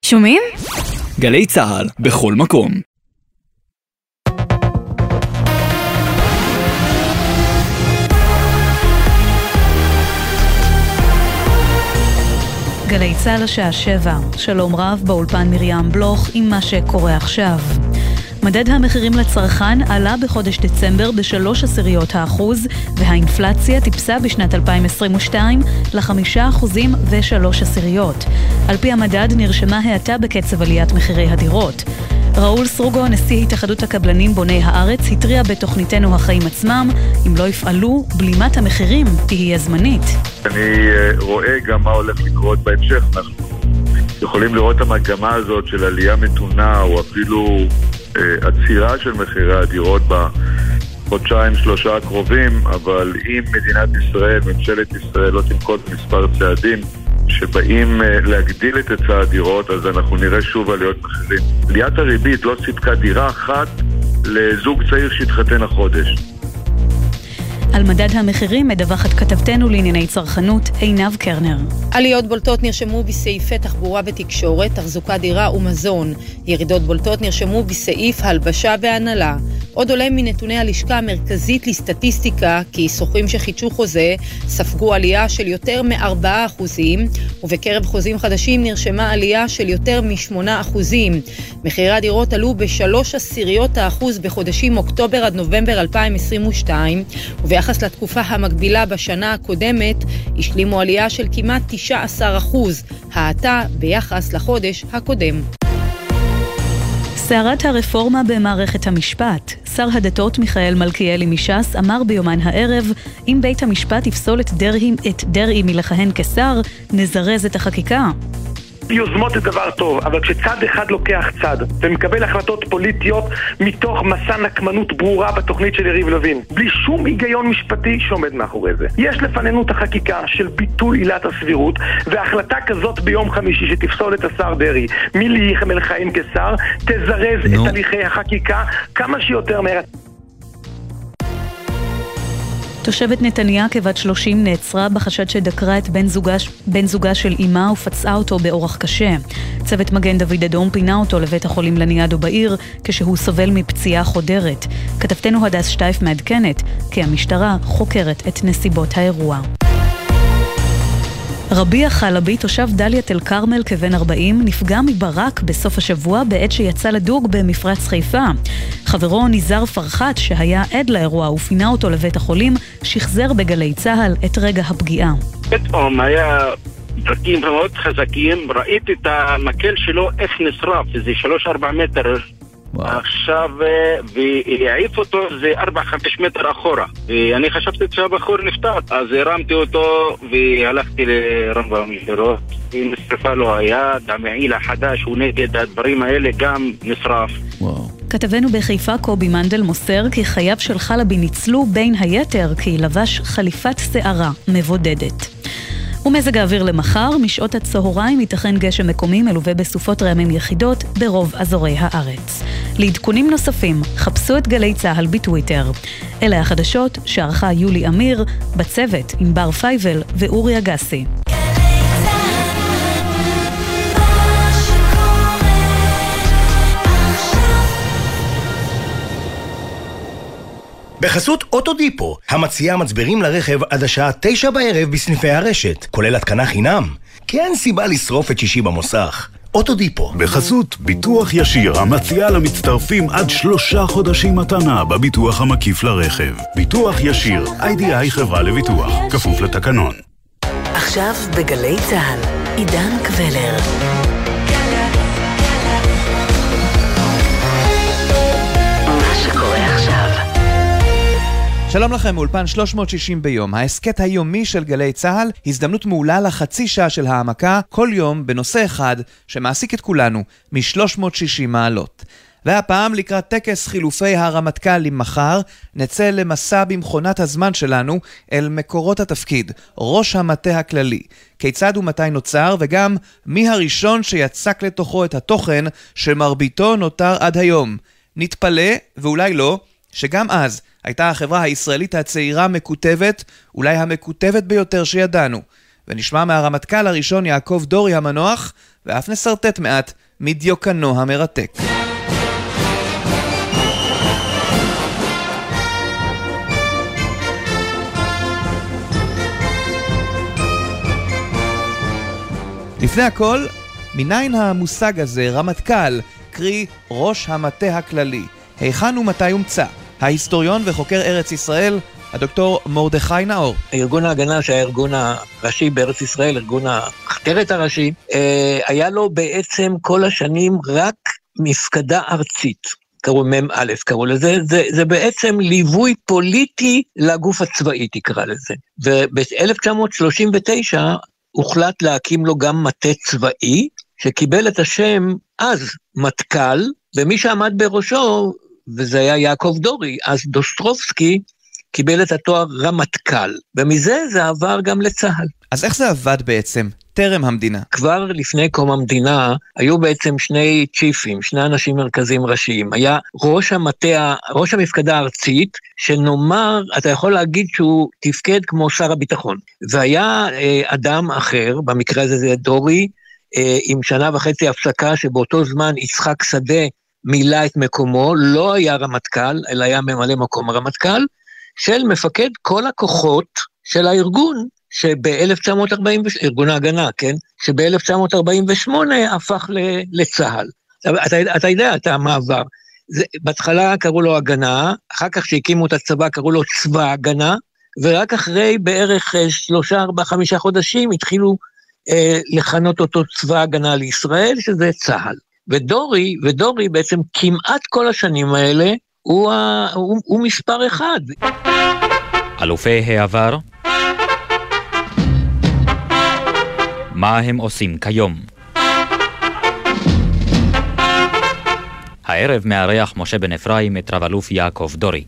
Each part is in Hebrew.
שומעים? גלי צהל בכל מקום. גלי צהל השעה 7. שלום רב, באולפן מרים בלוך עם מה שקורה עכשיו. מדד המחירים לצרכן עלה בחודש דצמבר ב3.1%, והאינפלציה טיפסה בשנת 2022 ל5.3%. על פי המדד נרשמה האטה בקצב עליית מחירי הדירות. ראול סרוגו, נשיא התאחדות הקבלנים בוני הארץ, התריע בתוכניתנו החיים עצמם, אם לא יפעלו, בלימת המחירים תהיה זמנית. אני רואה גם מה הולך לקרות בהמשך. אנחנו יכולים לראות את המגמה הזאת של עלייה מתונה, או אפילו עצירה של מחירי הדירות בחודשיים שלושה הקרובים, אבל אם מדינת ישראל, ממשלת ישראל, לא תנקוט מספר צעדים שבאים להגדיל את היצע הדירות, אז אנחנו נראה שוב עליות מחירים. עליית הריבית לא סיפקה דירה אחת לזוג צעיר שהתחתן החודש. על מדד המחירים מדווחת כתבתנו לענייני צרכנות עינב קרנר. עליות בולטות נרשמו בסעיפי תחבורה ותקשורת, תחזוקה דירה ומזון. ירידות בולטות נרשמו בסעיף הלבשה והנהלה. עוד עולה מנתוני הלשכה המרכזית לסטטיסטיקה כי שוכרים שחידשו חוזה ספגו עלייה של יותר מ4%, ובקרב חוזים חדשים נרשמה עלייה של יותר מ8%. מחירי הדירות עלו ב3.1% בחודשים אוקטובר עד נובמבר 2022, וביחס לתקופה המקבילה בשנה הקודמת השלימו עלייה של כמעט 19%, האטה ביחס לחודש הקודם. סערת הרפורמה במערכת המשפט. שר הדתות מיכאל מלכיאלי מש"ס אמר ביומן הערב, אם בית המשפט יפסול את דרעי מלכהן כשר, נזרז את החקיקה. יוזמות זה דבר טוב, אבל כשצד אחד לוקח צד ומקבל החלטות פוליטיות מתוך מסע נקמנות ברורה בתוכנית של יריב לוין, בלי שום היגיון משפטי שעומד מאחורי זה. יש לפנינו את החקיקה של ביטול עילת הסבירות, והחלטה כזאת ביום חמישי שתפסול את השר דרעי מלכהן כשר, תזרז את הליכי החקיקה כמה שיותר מהר. תושבת נתניה כבת 30 נעצרה בחשד שדקרה את בן זוגה של אימה ופצעה אותו באורח קשה. צוות מגן דוד אדום פינה אותו לבית החולים לניאדו בעיר כשהוא סובל מפציעה חודרת. כתבתנו הדס שטייף מעדכנת כי המשטרה חוקרת את נסיבות האירוע. רביע חלבי, תושב דליית אל כרמל כבן 40, נפגע מברק בסוף השבוע בעת שיצא לדוג במפרץ חיפה. חברו ניזר פרחת, שהיה עד לאירוע ופינה אותו לבית החולים, שחזר בגלי צהל את רגע הפגיעה. פתאום היה ברקים מאוד חזקים, ראיתי את המקל שלו איך נשרף, זה 3-4 מטר. עכשיו, והעיף אותו זה 4-5 מטר אחורה, ואני חשבתי שהבחור נפטר, אז הרמתי אותו והלכתי לרמב"ם ישירות, נשרפה לו היד, המעיל החדש הוא נגד הדברים האלה גם נשרף. כתבנו בחיפה קובי מנדל מוסר כי חייו של חלבי ניצלו בין היתר כי לבש חליפת שערה מבודדת. ומזג האוויר למחר, משעות הצהריים ייתכן גשם מקומי מלווה בסופות רעמים יחידות ברוב אזורי הארץ. לעדכונים נוספים, חפשו את גלי צהל בטוויטר. אלה החדשות שערכה יולי אמיר, בצוות עם בר פייבל ואורי אגסי. בחסות אוטודיפו, המציעה מצברים לרכב עד השעה 9 בערב בסניפי הרשת, כולל התקנה חינם. כי אין סיבה לשרוף את שישי במוסך. אוטודיפו. בחסות ביטוח ישיר, המציעה למצטרפים עד 3 חודשים מתנה בביטוח המקיף לרכב. ביטוח ישיר, IDI חברה לביטוח, כפוף לתקנון. עכשיו בגלי צהל, עידן קבלר. שלום לכם, מאולפן 360 ביום, העסקת היומי של גלי צהל, הזדמנות מעולה לחצי שעה של העמקה, כל יום בנושא אחד שמעסיק את כולנו, מ-360 מעלות. והפעם לקראת טקס חילופי הרמטכ"לים מחר, נצא למסע במכונת הזמן שלנו אל מקורות התפקיד, ראש המטה הכללי. כיצד ומתי נוצר, וגם מי הראשון שיצק לתוכו את התוכן שמרביתו נותר עד היום. נתפלא, ואולי לא, שגם אז הייתה החברה הישראלית הצעירה מקוטבת, אולי המקוטבת ביותר שידענו. ונשמע מהרמטכ"ל הראשון יעקב דורי המנוח, ואף נסרטט מעט מדיוקנו המרתק. לפני הכל, מניין המושג הזה, רמטכ"ל, קרי ראש המטה הכללי? היכן ומתי הומצא? ההיסטוריון וחוקר ארץ ישראל, הדוקטור מרדכי נאור. ארגון ההגנה, שהארגון הראשי בארץ ישראל, ארגון המחתרת הראשי, היה לו בעצם כל השנים רק מפקדה ארצית. קראו מ"א, קראו לזה, זה בעצם ליווי פוליטי לגוף הצבאי, תקרא לזה. וב-1939 הוחלט להקים לו גם מטה צבאי, שקיבל את השם אז מטכ"ל, ומי שעמד בראשו, וזה היה יעקב דורי, אז דוסטרובסקי קיבל את התואר רמטכ"ל, ומזה זה עבר גם לצה"ל. אז איך זה עבד בעצם? טרם המדינה. כבר לפני קום המדינה, היו בעצם שני צ'יפים, שני אנשים מרכזיים ראשיים. היה ראש המפקדה הארצית, שנאמר, אתה יכול להגיד שהוא תפקד כמו שר הביטחון. והיה אדם אחר, במקרה הזה זה דורי, עם 1.5 הפסקה, שבאותו זמן יצחק שדה מילא את מקומו, לא היה רמטכ"ל, אלא היה ממלא מקום הרמטכ"ל, של מפקד כל הכוחות של הארגון, ארגון ההגנה, כן? שב-1948 הפך לצה"ל. אתה יודע את המעבר. בהתחלה קראו לו הגנה, אחר כך שהקימו את הצבא קראו לו צבא הגנה, ורק אחרי בערך 3-4-5 חודשים התחילו לכנות אותו צבא הגנה לישראל, שזה צה"ל. ודורי בעצם כמעט כל השנים האלה, הוא מספר אחד. אלופי העבר, מה הם עושים כיום? הערב מארח משה בן אפרים את רב אלוף יעקב דורי.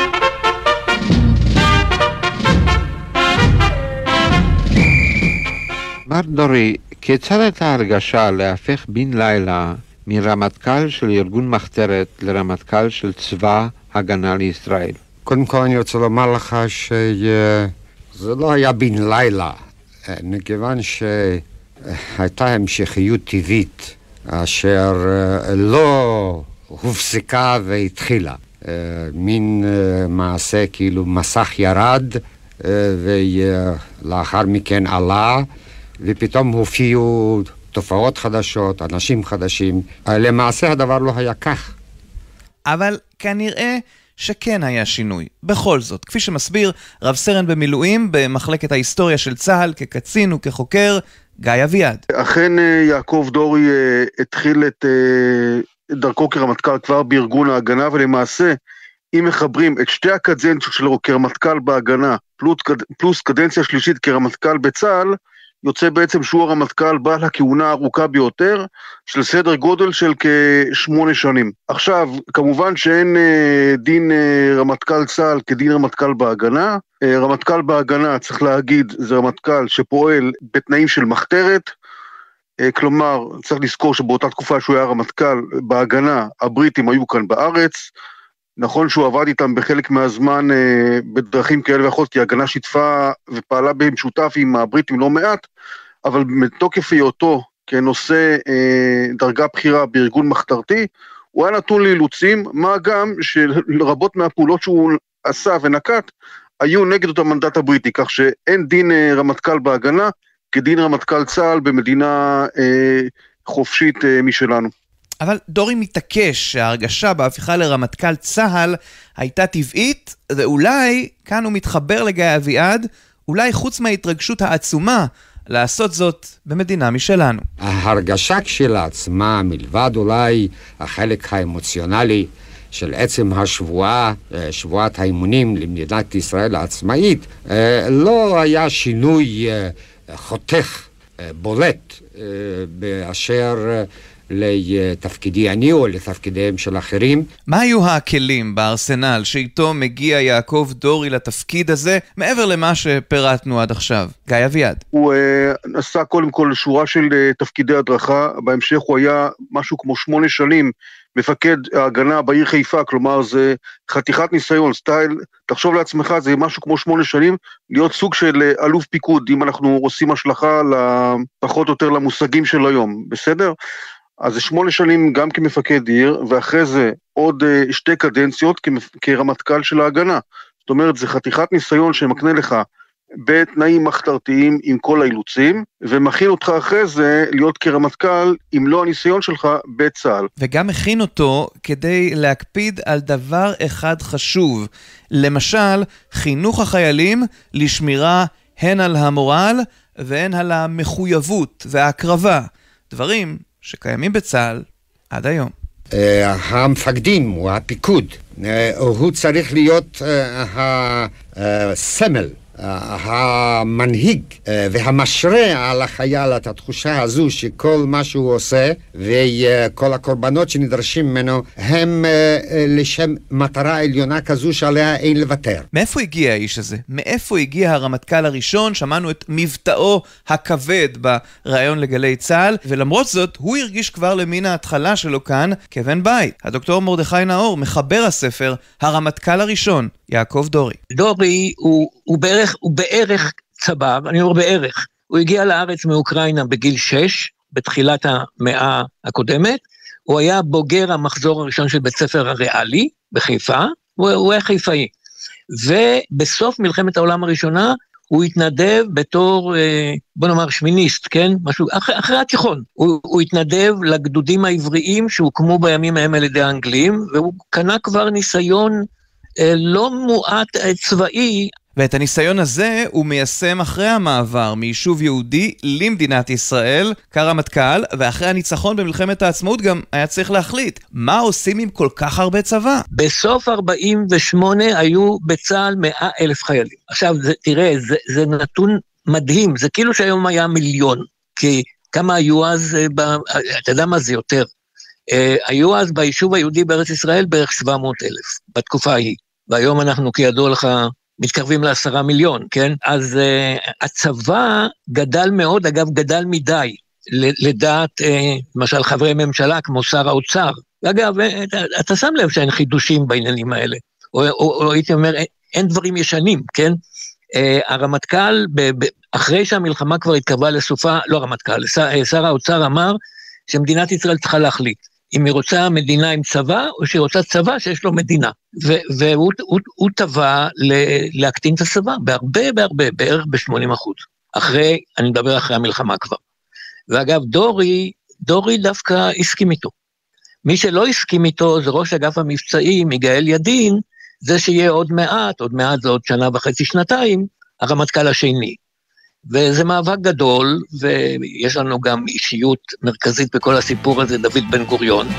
מר דורי, כיצד הייתה הרגשה להפך בן לילה מרמטכ"ל של ארגון מחתרת לרמטכ"ל של צבא הגנה לישראל? קודם כל אני רוצה לומר לך שזה לא היה בן לילה, מכיוון שהייתה המשכיות טבעית אשר לא הופסקה והתחילה. מין מעשה כאילו מסך ירד ולאחר מכן עלה, ופתאום הופיעו תופעות חדשות, אנשים חדשים. למעשה הדבר לא היה כך. אבל כנראה שכן היה שינוי. בכל זאת, כפי שמסביר רב סרן במילואים במחלקת ההיסטוריה של צה"ל כקצין וכחוקר, גיא אביעד. אכן יעקב דורי התחיל את דרכו כרמטכ"ל כבר בארגון ההגנה, ולמעשה אם מחברים את שתי הקדנציות שלו כרמטכ"ל בהגנה פלוס קדנציה שלישית כרמטכ"ל בצה"ל, יוצא בעצם שהוא הרמטכ"ל בעל הכהונה הארוכה ביותר, של סדר גודל של כ8 שנים. עכשיו, כמובן שאין דין רמטכ"ל צה"ל כדין רמטכ"ל בהגנה. רמטכ"ל בהגנה, צריך להגיד, זה רמטכ"ל שפועל בתנאים של מחתרת, כלומר, צריך לזכור שבאותה תקופה שהוא היה רמטכ"ל בהגנה, הבריטים היו כאן בארץ, נכון שהוא עבד איתם בחלק מהזמן בדרכים כאלה ואחרות, כי ההגנה שיתפה ופעלה במשותף עם הבריטים לא מעט, אבל מתוקף היותו כנושא דרגה בחירה בארגון מחתרתי, הוא היה נתון לאילוצים, מה גם שלרבות מהפעולות שהוא עשה ונקט, היו נגד אותו המנדט הבריטי, כך שאין דין רמטכ"ל בהגנה, כדין רמטכ"ל צה"ל במדינה חופשית משלנו. אבל דורי מתעקש שההרגשה בהפיכה לרמטכ"ל צה"ל הייתה טבעית, ואולי, כאן הוא מתחבר לגיא אביעד, אולי חוץ מההתרגשות העצומה, לעשות זאת במדינה משלנו. ההרגשה כשלעצמה, מלבד אולי החלק האמוציונלי של עצם שבועת האימונים למדינת ישראל העצמאית, לא היה שינוי חותך בולט באשר לתפקידי אני או לתפקידיהם של אחרים. מה היו הכלים בארסנל שאיתו מגיע יעקב דורי לתפקיד הזה, מעבר למה שפירטנו עד עכשיו? גיא אביעד. הוא עשה קודם כל שורה של תפקידי הדרכה, בהמשך הוא היה משהו כמו 8 שנים מפקד ההגנה בעיר חיפה, כלומר זה חתיכת ניסיון, סטייל, תחשוב לעצמך, זה משהו כמו 8 שנים, להיות סוג של אלוף פיקוד, אם אנחנו עושים השלכה פחות או יותר למושגים של היום, בסדר? אז זה 8 שנים גם כמפקד עיר, ואחרי זה עוד 2 קדנציות כרמטכ"ל של ההגנה. זאת אומרת, זה חתיכת ניסיון שמקנה לך בתנאים מחתרתיים עם כל האילוצים, ומכין אותך אחרי זה להיות כרמטכ"ל עם לא הניסיון שלך בצה"ל. וגם מכין אותו כדי להקפיד על דבר אחד חשוב, למשל, חינוך החיילים לשמירה הן על המורל והן על המחויבות וההקרבה, דברים שקיימים בצה"ל עד היום. המפקדים או הפיקוד, הוא צריך להיות הסמל, המנהיג והמשרה על החייל את התחושה הזו שכל מה שהוא עושה וכל הקורבנות שנדרשים ממנו הם לשם מטרה עליונה כזו שעליה אין לוותר. מאיפה הגיע האיש הזה? מאיפה הגיע הרמטכ"ל הראשון? שמענו את מבטאו הכבד ברעיון לגלי צה"ל, ולמרות זאת הוא הרגיש כבר למין ההתחלה שלו כאן כבן בית. הדוקטור מרדכי נאור, מחבר הספר הרמטכ"ל הראשון, יעקב דורי. דורי הוא בערך צבר, אני אומר בערך, הוא הגיע לארץ מאוקראינה בגיל 6, בתחילת המאה הקודמת, הוא היה בוגר המחזור הראשון של בית ספר הריאלי בחיפה, הוא היה חיפאי, ובסוף מלחמת העולם הראשונה, הוא התנדב בתור, בוא נאמר שמיניסט, כן? משהו, אחרי התיכון, הוא התנדב לגדודים העבריים שהוקמו בימים ההם על ידי האנגלים, והוא קנה כבר ניסיון לא מועט צבאי. ואת הניסיון הזה הוא מיישם אחרי המעבר מיישוב יהודי למדינת ישראל, כרמטכ"ל, ואחרי הניצחון במלחמת העצמאות גם היה צריך להחליט, מה עושים עם כל כך הרבה צבא? בסוף 48 היו בצה"ל 100,000 חיילים. עכשיו, תראה, זה נתון מדהים, זה כאילו שהיום היה 1,000,000, כי כמה היו אז, אתה יודע מה זה יותר, היו אז ביישוב היהודי בארץ ישראל בערך 700,000, בתקופה ההיא, והיום אנחנו כידוע לך, מתקרבים ל10 מיליון, כן? אז הצבא גדל מאוד, אגב גדל מדי, לדעת, למשל חברי ממשלה כמו שר האוצר, ואגב, אתה שם לב שאין חידושים בעניינים האלה, או הייתי אומר, אין דברים ישנים, כן? הרמטכ"ל, אחרי שהמלחמה כבר התקרבה לסופה, לא הרמטכ"ל, שר האוצר אמר, שמדינת ישראל צריכה להחליט, אם היא רוצה מדינה עם צבא, או שהיא רוצה צבא שיש לו מדינה. והוא טבע להקטין את הצבא, בהרבה, בערך ב-80%. אני מדבר אחרי המלחמה כבר. ואגב, דורי דווקא הסכים איתו. מי שלא הסכים איתו, זה ראש אגף המבצעים, יגאל ידין, זה שיהיה עוד מעט זה עוד 1.5 שנתיים, הרמטכ"ל השני. וזה מאבק גדול, ויש לנו גם אישיות מרכזית בכל הסיפור הזה, דוד בן גוריון.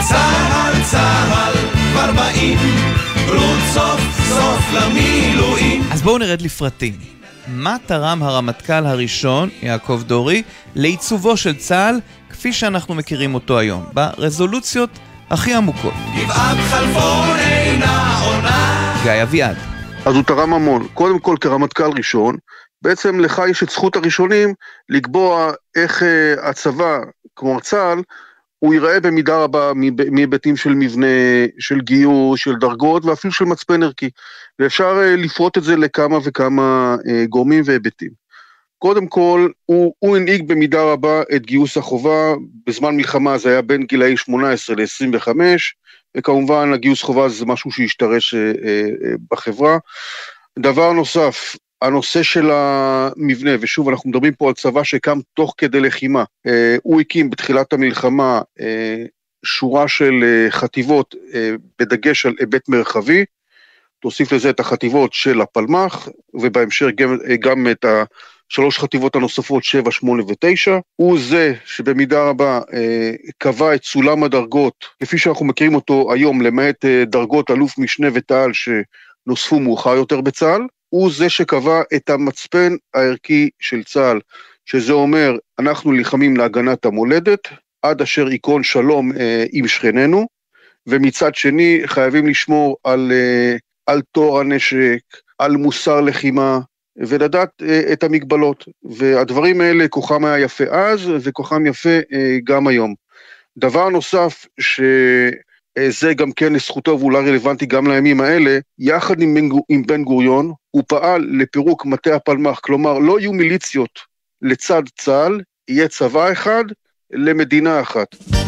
צהל, כבר באים, רות סוף למילואים. אז בואו נרד לפרטים. מה תרם הרמטכ"ל הראשון, יעקב דורי, לעיצובו של צה"ל, כפי שאנחנו מכירים אותו היום, ברזולוציות הכי עמוקות? גבעת חלפון אינה עונה. גיא אביעד. אז הוא תרם המון. קודם כל כרמטכ"ל ראשון, בעצם לך יש את זכות הראשונים לקבוע איך הצבא, כמו צה"ל, הוא ייראה במידה רבה מהיבטים של מבנה, של גיוס, של דרגות, ואפילו של מצפן ערכי. ואפשר לפרוט את זה לכמה וכמה גורמים והיבטים. קודם כל, הוא הנהיג במידה רבה את גיוס החובה, בזמן מלחמה זה היה בין גילאי 18 ל-25, וכמובן הגיוס חובה זה משהו שהשתרש בחברה. דבר נוסף, הנושא של המבנה, ושוב אנחנו מדברים פה על צבא שקם תוך כדי לחימה, הוא הקים בתחילת המלחמה שורה של חטיבות בדגש על היבט מרחבי, תוסיף לזה את החטיבות של הפלמ"ח, ובהמשך גם את 3 חטיבות הנוספות 7, 8 ו-9, הוא זה שבמידה רבה קבע את סולם הדרגות, כפי שאנחנו מכירים אותו היום, למעט דרגות אלוף משנה ותעל שנוספו מאוחר יותר בצה"ל, הוא זה שקבע את המצפן הערכי של צה"ל, שזה אומר, אנחנו נלחמים להגנת המולדת, עד אשר ייכון שלום עם שכנינו, ומצד שני חייבים לשמור על טוהר הנשק, על מוסר לחימה, ולדעת את המגבלות, והדברים האלה כוחם היה יפה אז, וכוחם יפה גם היום. דבר נוסף זה גם כן לזכותו ואולי רלוונטי גם לימים האלה, יחד עם בן גוריון, הוא פעל לפירוק מטה הפלמ"ח, כלומר לא יהיו מיליציות לצד צה"ל, יהיה צבא אחד למדינה אחת.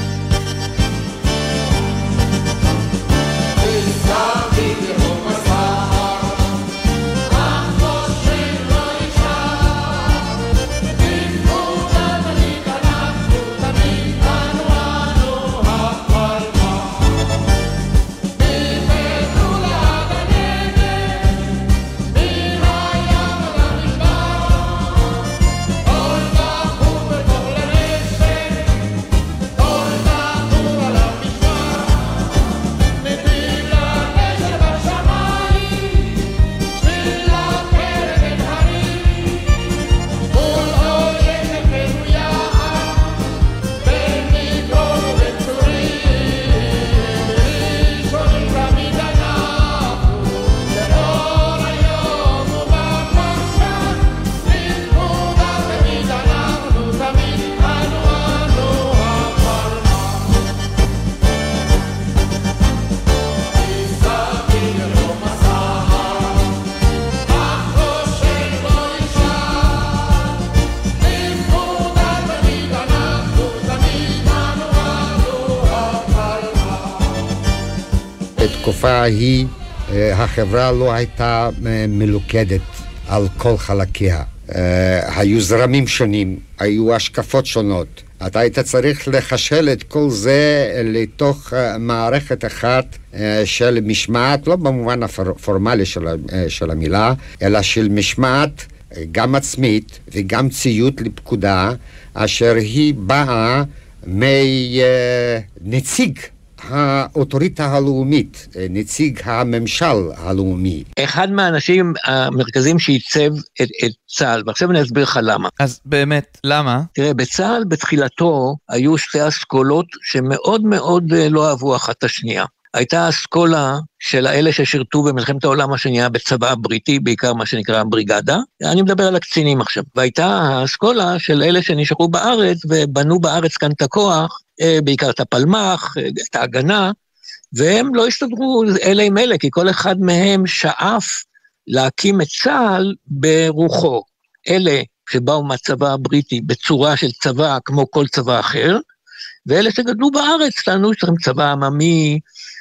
בתקופה ההיא החברה לא הייתה מלוכדת על כל חלקיה. היו זרמים שונים, היו השקפות שונות. אתה היית צריך לחשל את כל זה לתוך מערכת אחת של משמעת, לא במובן הפורמלי של המילה, אלא של משמעת גם עצמית וגם ציות לפקודה, אשר היא באה מנציג האוטוריטה הלאומית, נציג הממשל הלאומי. אחד מהאנשים המרכזיים שייצב את צה"ל, ועכשיו אני אסביר לך למה. אז באמת, למה? תראה, בצה"ל בתחילתו היו שתי אסכולות שמאוד מאוד לא אהבו אחת את השנייה. הייתה אסכולה של האלה ששירתו במלחמת העולם השנייה בצבא הבריטי, בעיקר מה שנקרא הבריגדה, אני מדבר על הקצינים עכשיו. והייתה האסכולה של אלה שנשארו בארץ ובנו בארץ כאן את הכוח, בעיקר את הפלמ"ח, את ההגנה, והם לא הסתדרו אלה עם אלה, כי כל אחד מהם שאף להקים את צה"ל ברוחו. אלה שבאו מהצבא הבריטי בצורה של צבא כמו כל צבא אחר, ואלה שגדלו בארץ טענו שצריכים צבא עממי,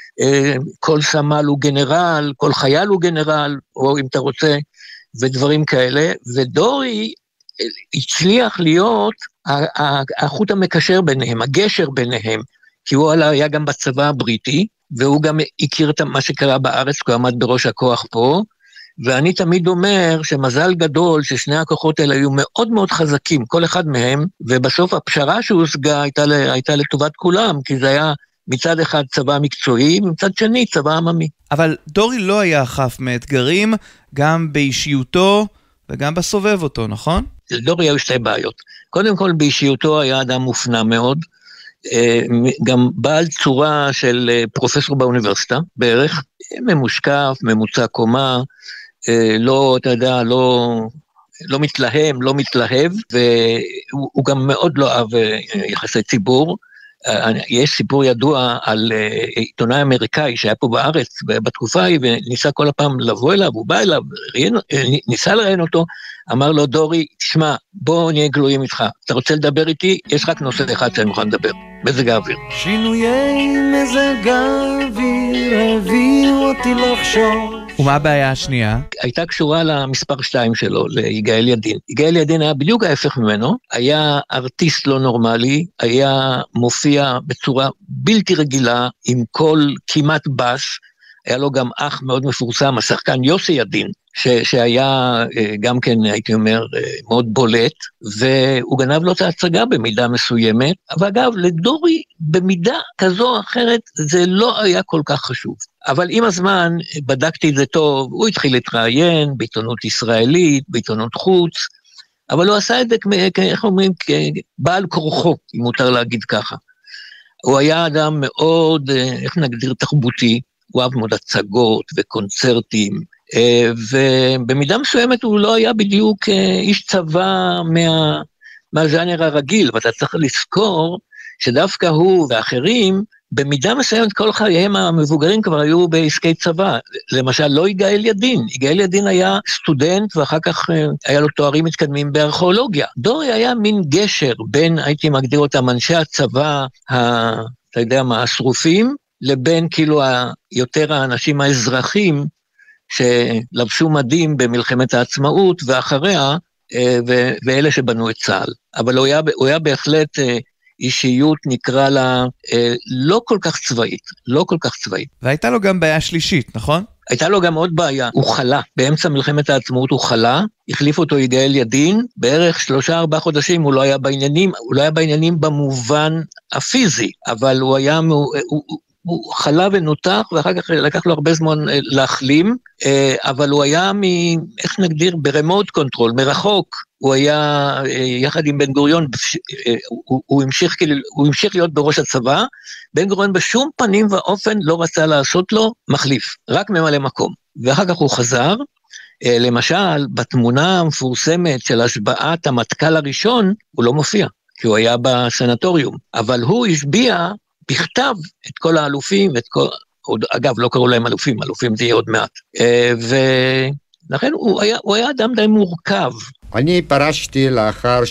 כל סמל הוא גנרל, כל חייל הוא גנרל, או אם אתה רוצה, ודברים כאלה, ודורי הצליח להיות החוט המקשר ביניהם, הגשר ביניהם, כי הוא היה גם בצבא הבריטי, והוא גם הכיר את מה שקרה בארץ, כי הוא עמד בראש הכוח פה, ואני תמיד אומר שמזל גדול ששני הכוחות האלה היו מאוד מאוד חזקים, כל אחד מהם, ובסוף הפשרה שהושגה הייתה לטובת כולם, כי זה היה מצד אחד צבא מקצועי, ומצד שני צבא עממי. אבל דורי לא היה חף מאתגרים, גם באישיותו וגם בסובב אותו, נכון? לדורי היו שתי בעיות. קודם כל באישיותו היה אדם מופנם מאוד, גם בעל צורה של פרופסור באוניברסיטה, בערך, ממושקף, ממוצע קומה, לא, אתה יודע, לא מתלהם, לא מתלהב, והוא גם מאוד לא אהב יחסי ציבור. יש סיפור ידוע על עיתונאי אמריקאי שהיה פה בארץ בתקופה ההיא, וניסה כל הפעם לבוא אליו, הוא בא אליו, ניסה לראיין אותו, אמר לו, דורי, תשמע, בוא נהיה גלויים איתך, אתה רוצה לדבר איתי? יש רק נושא אחד שאני מוכן לדבר, מזג האוויר. שינויי מזג האוויר הביאו אותי לחשוב. ומה הבעיה השנייה? הייתה קשורה למספר 2 שלו, ליגאל ידין. יגאל ידין היה בדיוק ההפך ממנו, היה ארטיסט לא נורמלי, היה מופיע בצורה בלתי רגילה, עם קול כמעט בס, היה לו גם אח מאוד מפורסם, השחקן יוסי ידין, שהיה גם כן, הייתי אומר, מאוד בולט, והוא גנב לו את ההצגה במידה מסוימת, אבל אגב, לדורי, במידה כזו או אחרת, זה לא היה כל כך חשוב. אבל עם הזמן, בדקתי את זה טוב, הוא התחיל להתראיין בעיתונות ישראלית, בעיתונות חוץ, אבל הוא עשה את זה, איך אומרים, כבעל כורחו, אם מותר להגיד ככה. הוא היה אדם מאוד, איך נגדיר, תרבותי, הוא אהב מאוד הצגות וקונצרטים, ובמידה מסוימת הוא לא היה בדיוק איש צבא מהז'אנר הרגיל, ואתה צריך לזכור שדווקא הוא ואחרים במידה מסוימת כל חייהם המבוגרים כבר היו בעסקי צבא. למשל, לא יגאל ידין. יגאל ידין היה סטודנט, ואחר כך היה לו תוארים מתקדמים בארכיאולוגיה. דורי היה מין גשר בין, הייתי מגדיר אותם, אנשי הצבא, אתה יודע מה, השרופים, לבין כאילו יותר האנשים האזרחים, שלבשו מדים במלחמת העצמאות, ואחריה, ואלה שבנו את צה"ל. אבל הוא היה בהחלט אישיות, נקרא לה, לא כל כך צבאית, לא כל כך צבאית. והייתה לו גם בעיה שלישית, נכון? הייתה לו גם עוד בעיה, הוא חלה, באמצע מלחמת העצמאות הוא חלה, החליף אותו יגאל ידין, בערך 3-4 חודשים הוא לא היה בעניינים במובן הפיזי, אבל הוא היה, הוא חלה ונותח, ואחר כך לקח לו הרבה זמן להחלים, אבל הוא היה איך נגדיר, ברמוט קונטרול, מרחוק, הוא היה יחד עם בן גוריון, הוא המשיך להיות בראש הצבא, בן גוריון בשום פנים ואופן לא רצה לעשות לו מחליף, רק ממלא מקום, ואחר כך הוא חזר, למשל, בתמונה המפורסמת של השבעת המטכ"ל הראשון, הוא לא מופיע, כי הוא היה בסנטוריום, אבל הוא השביע בכתב את כל האלופים, אגב, לא קראו להם אלופים זה יהיה עוד מעט, ולכן הוא היה אדם די מורכב. אני פרשתי לאחר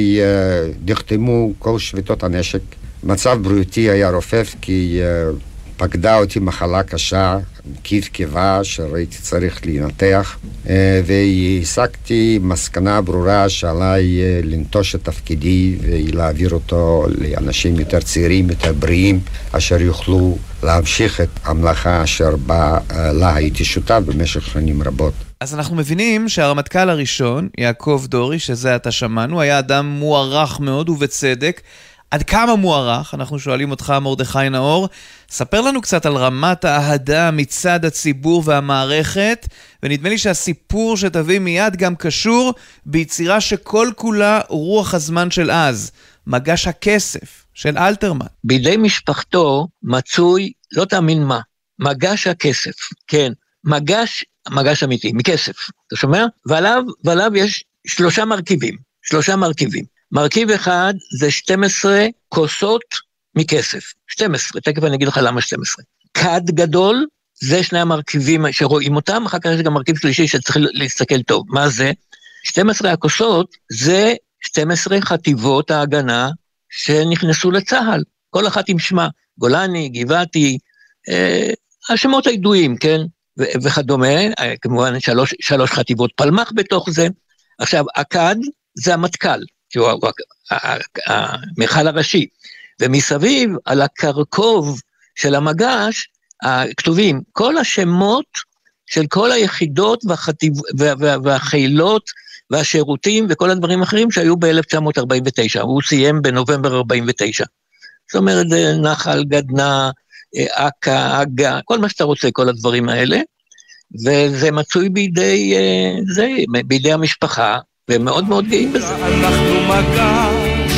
שנחתמו כל שביתות הנשק, מצב בריאותי היה רופף, כי פקדה אותי מחלה קשה, קיב קיבה, שראיתי צריך להינתח, והסקתי מסקנה ברורה שעליי לנטוש את תפקידי ולהעביר אותו לאנשים יותר צעירים, יותר בריאים, אשר יוכלו להמשיך את המלאכה אשר בה לה הייתי שותף במשך שנים רבות. אז אנחנו מבינים שהרמטכ"ל הראשון, יעקב דורי, שזה אתה שמענו, היה אדם מוערך מאוד ובצדק. עד כמה מוערך? אנחנו שואלים אותך, מרדכי נאור. ספר לנו קצת על רמת האהדה מצד הציבור והמערכת, ונדמה לי שהסיפור שתביא מיד גם קשור ביצירה שכל כולה רוח הזמן של אז, מגש הכסף של אלתרמן. בידי משפחתו מצוי, לא תאמין מה, מגש הכסף, כן, מגש אמיתי, מכסף, אתה שומע? ועליו יש 3 מרכיבים. מרכיב אחד זה 12 כוסות מכסף. 12, תכף אני אגיד לך למה 12. כד גדול, זה 2 המרכיבים שרואים אותם, אחר כך יש גם מרכיב שלישי שצריך להסתכל טוב. מה זה? 12 הכוסות זה 12 חטיבות ההגנה שנכנסו לצהל. כל אחת עם שמה, גולני, גבעתי, השמות הידועים, כן? וכדומה, כמובן 3 חטיבות פלמח בתוך זה. עכשיו, הכד זה המטכ"ל. שהוא המחל הראשי, ומסביב על הקרקוב של המגש, כתובים כל השמות של כל היחידות והחילות והשירותים וכל הדברים האחרים שהיו ב-1949, הוא סיים בנובמבר 49. זאת אומרת, נחל, גדנה, אקה, אגה, כל מה שאתה רוצה, כל הדברים האלה, וזה מצוי בידי המשפחה, והם מאוד מאוד גאים בזה. אנחנו מגש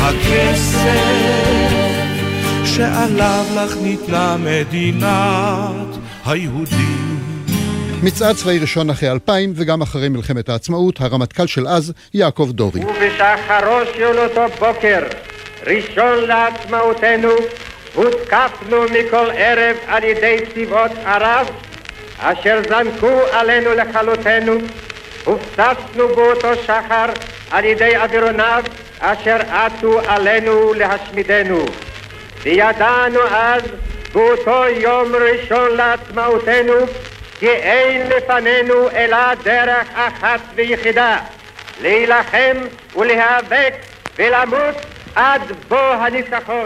הכסף שעליו לך ניתנה מדינת היהודים. מצעד צבאי ראשון אחרי 2000 וגם אחרי מלחמת העצמאות, הרמטכ"ל של אז, יעקב דורי. ובשחרו של אותו בוקר, ראשון לעצמאותנו, הותקפנו מכל ערב על ידי צבאות ערב, אשר זנקו עלינו לכלותנו, הופצצנו באותו שחר על ידי אווירוניו אשר עטו עלינו להשמידנו. וידענו אז באותו יום ראשון לעצמאותנו כי אין לפנינו אלא דרך אחת ויחידה, להילחם ולהיאבק ולמות עד בוא הניצחון.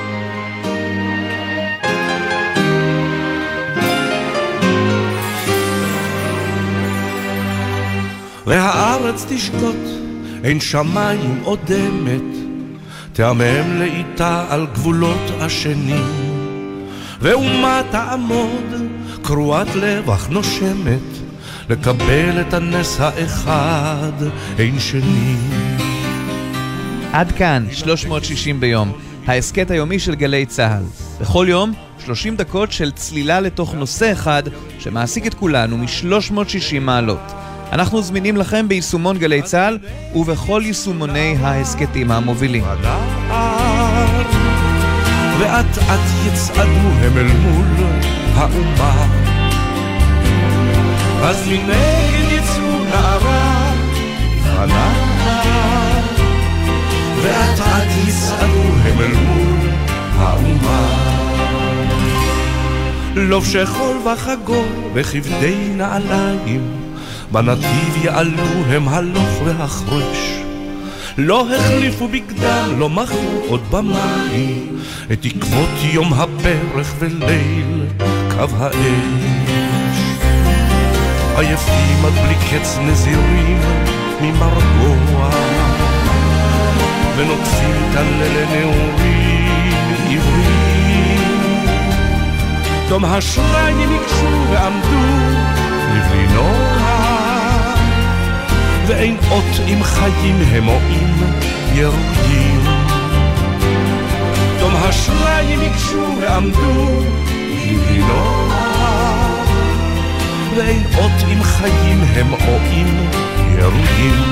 והארץ תשקוט, אין שמיים עוד אמת, תעמם לאיתה על גבולות השנים, ואומה תעמוד קרועת לב אך נושמת, לקבל את הנס האחד אין שני. עד כאן 360 ביום, ההסקט היומי של גלי צהל. בכל יום 30 דקות של צלילה לתוך נושא אחד שמעסיק את כולנו מ-360 מעלות. אנחנו זמינים לכם ביישומון גלי צהל ובכל יישומוני ההסקטים המובילים. ואט אט יצעדו הם אל מול האומה. אז מנגד יצאו נערה חנה, ואט אט יצעדו הם אל מול האומה. לובשי חול וחגור וכבדי נעליים, בנתיב יעלו הם הלוך והחרש. לא החליפו בגדם, לא מחו עוד במים, את תקוות יום הפרח וליל קו האש. עייפים עד בלי קץ נזירים ממרגוע, ונוטפים תלל נעורים עבריים. תום השריים ניגשו ועמדו לבלי נוער, ואין אות עם חיים הם או עם ירויים. תום השריים ניגשו ועמדו לבלי נוער, ואין אות עם חיים הם או עם ירויים.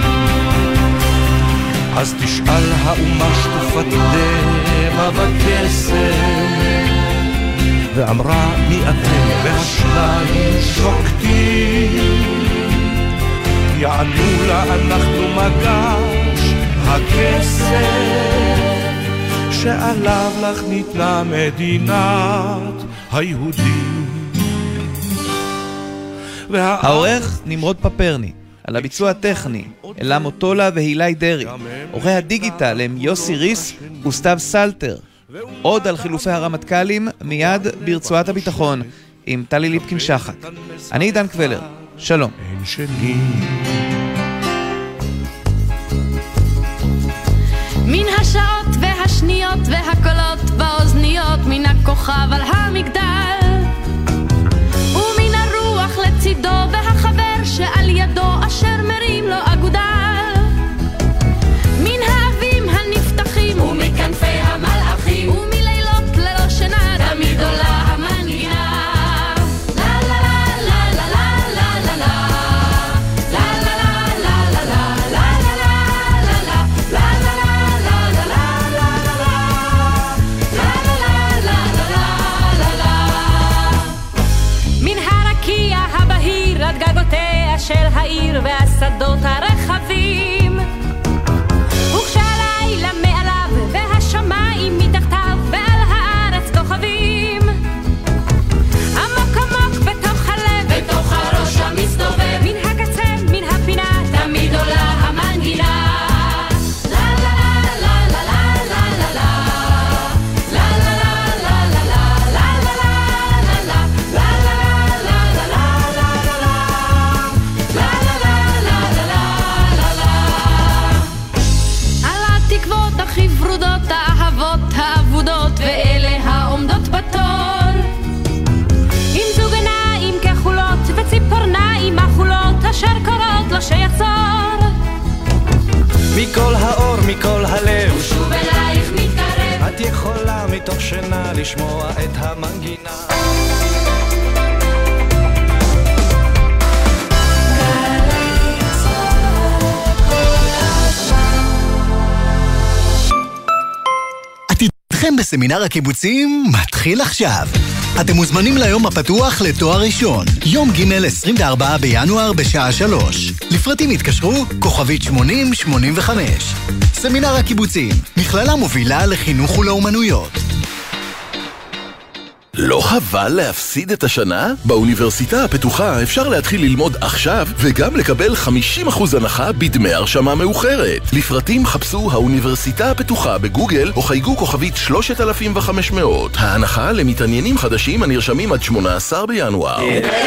אז תשאל האומה שטופת דמע וקסם, ואמרה מי אתם והשניים שוקטים. יענו לה אנחנו מגש הכסף, שעליו לך ניתנה מדינת היהודים. העורך נמרוד פפרני, על הביצוע הטכני אלה מוטולה והילי דרי. עורכי הדיגיטל הם יוסי ריס וסתיו סלטר. עוד על חילופי הרמטכ"לים מיד ברצועת הביטחון עם טלי ליפקין שחת. אני עידן קבלר, שלום. מן השעות והשניות והקולות באוזניות, מן הכוכב על המגדל, ומן הרוח לצידו והחבר שעל ידו אשר מרים לו אגודל, מן האבים הנפתחים ומכנפי המלאכים, ומלילות ללא שינה תמיד עולה המנגינה. של העיר והשדות הרחבים, וכשהלילה מעליו והשמיים מתחתיו ועל הארץ כוכבים, עמוק עמוק בתוך הלב, בתוך הראש המסתובב, מן הקצה מן הפינה תמיד עולה המנגינה. ואלה העומדות בתור, עם זוג עיניים כחולות וציפורניים מחולות אשר קוראות לו שיחזור. מכל האור, מכל הלב, ושוב אלייך מתקרב, את יכולה מתוך שינה לשמוע את המנגינה. עתידכם בסמינר הקיבוצים מתחיל עכשיו. אתם מוזמנים ליום הפתוח לתואר ראשון, יום ג' 24 בינואר בשעה 3. לפרטים התקשרו כוכבית 8085. סמינר הקיבוצים, מכללה מובילה לחינוך ולאומנויות. לא חבל להפסיד את השנה? באוניברסיטה הפתוחה אפשר להתחיל ללמוד עכשיו וגם לקבל 50% הנחה בדמי הרשמה מאוחרת. לפרטים חפשו האוניברסיטה הפתוחה בגוגל או חייגו כוכבית 3500. ההנחה למתעניינים חדשים הנרשמים עד 18 בינואר.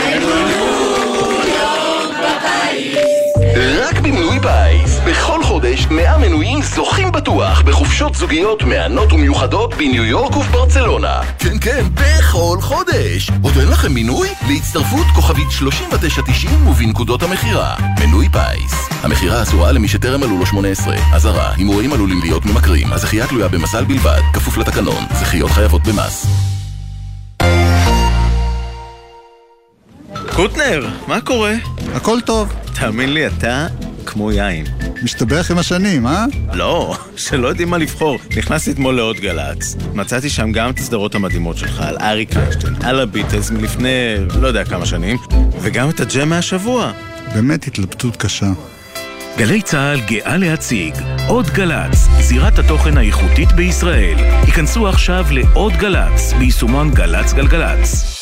רק במנוי פייס. בכל חודש 100 מנויים זוכים בטוח בחופשות זוגיות מענות ומיוחדות בניו יורק ובברצלונה. כן, כן, בכל חודש. עוד אין לכם מנוי? להצטרפות כוכבית 3990 ובנקודות המחירה. מנוי פייס. המחירה אסורה למי שטרם מלאו לו 18. אזהרה, הימורים עלולים להיות ממכרים. הזכייה תלויה במזל בלבד. כפוף לתקנון. זכיות חייבות במס. קוטנר, מה קורה? הכל טוב. תאמין לי, אתה כמו יין. משתבח עם השנים, אה? לא, שלא יודעים מה לבחור. נכנסתי אתמול לעוד גלץ. מצאתי שם גם את הסדרות המדהימות שלך, על אריק איינשטיין, על הביטלס מלפני לא יודע כמה שנים, וגם את הג'ם מהשבוע. באמת התלבטות קשה. גלי צהל גאה להציג עוד גלץ, זירת התוכן האיכותית בישראל. היכנסו עכשיו לעוד גלץ, ביישומון גלץ גלגלץ.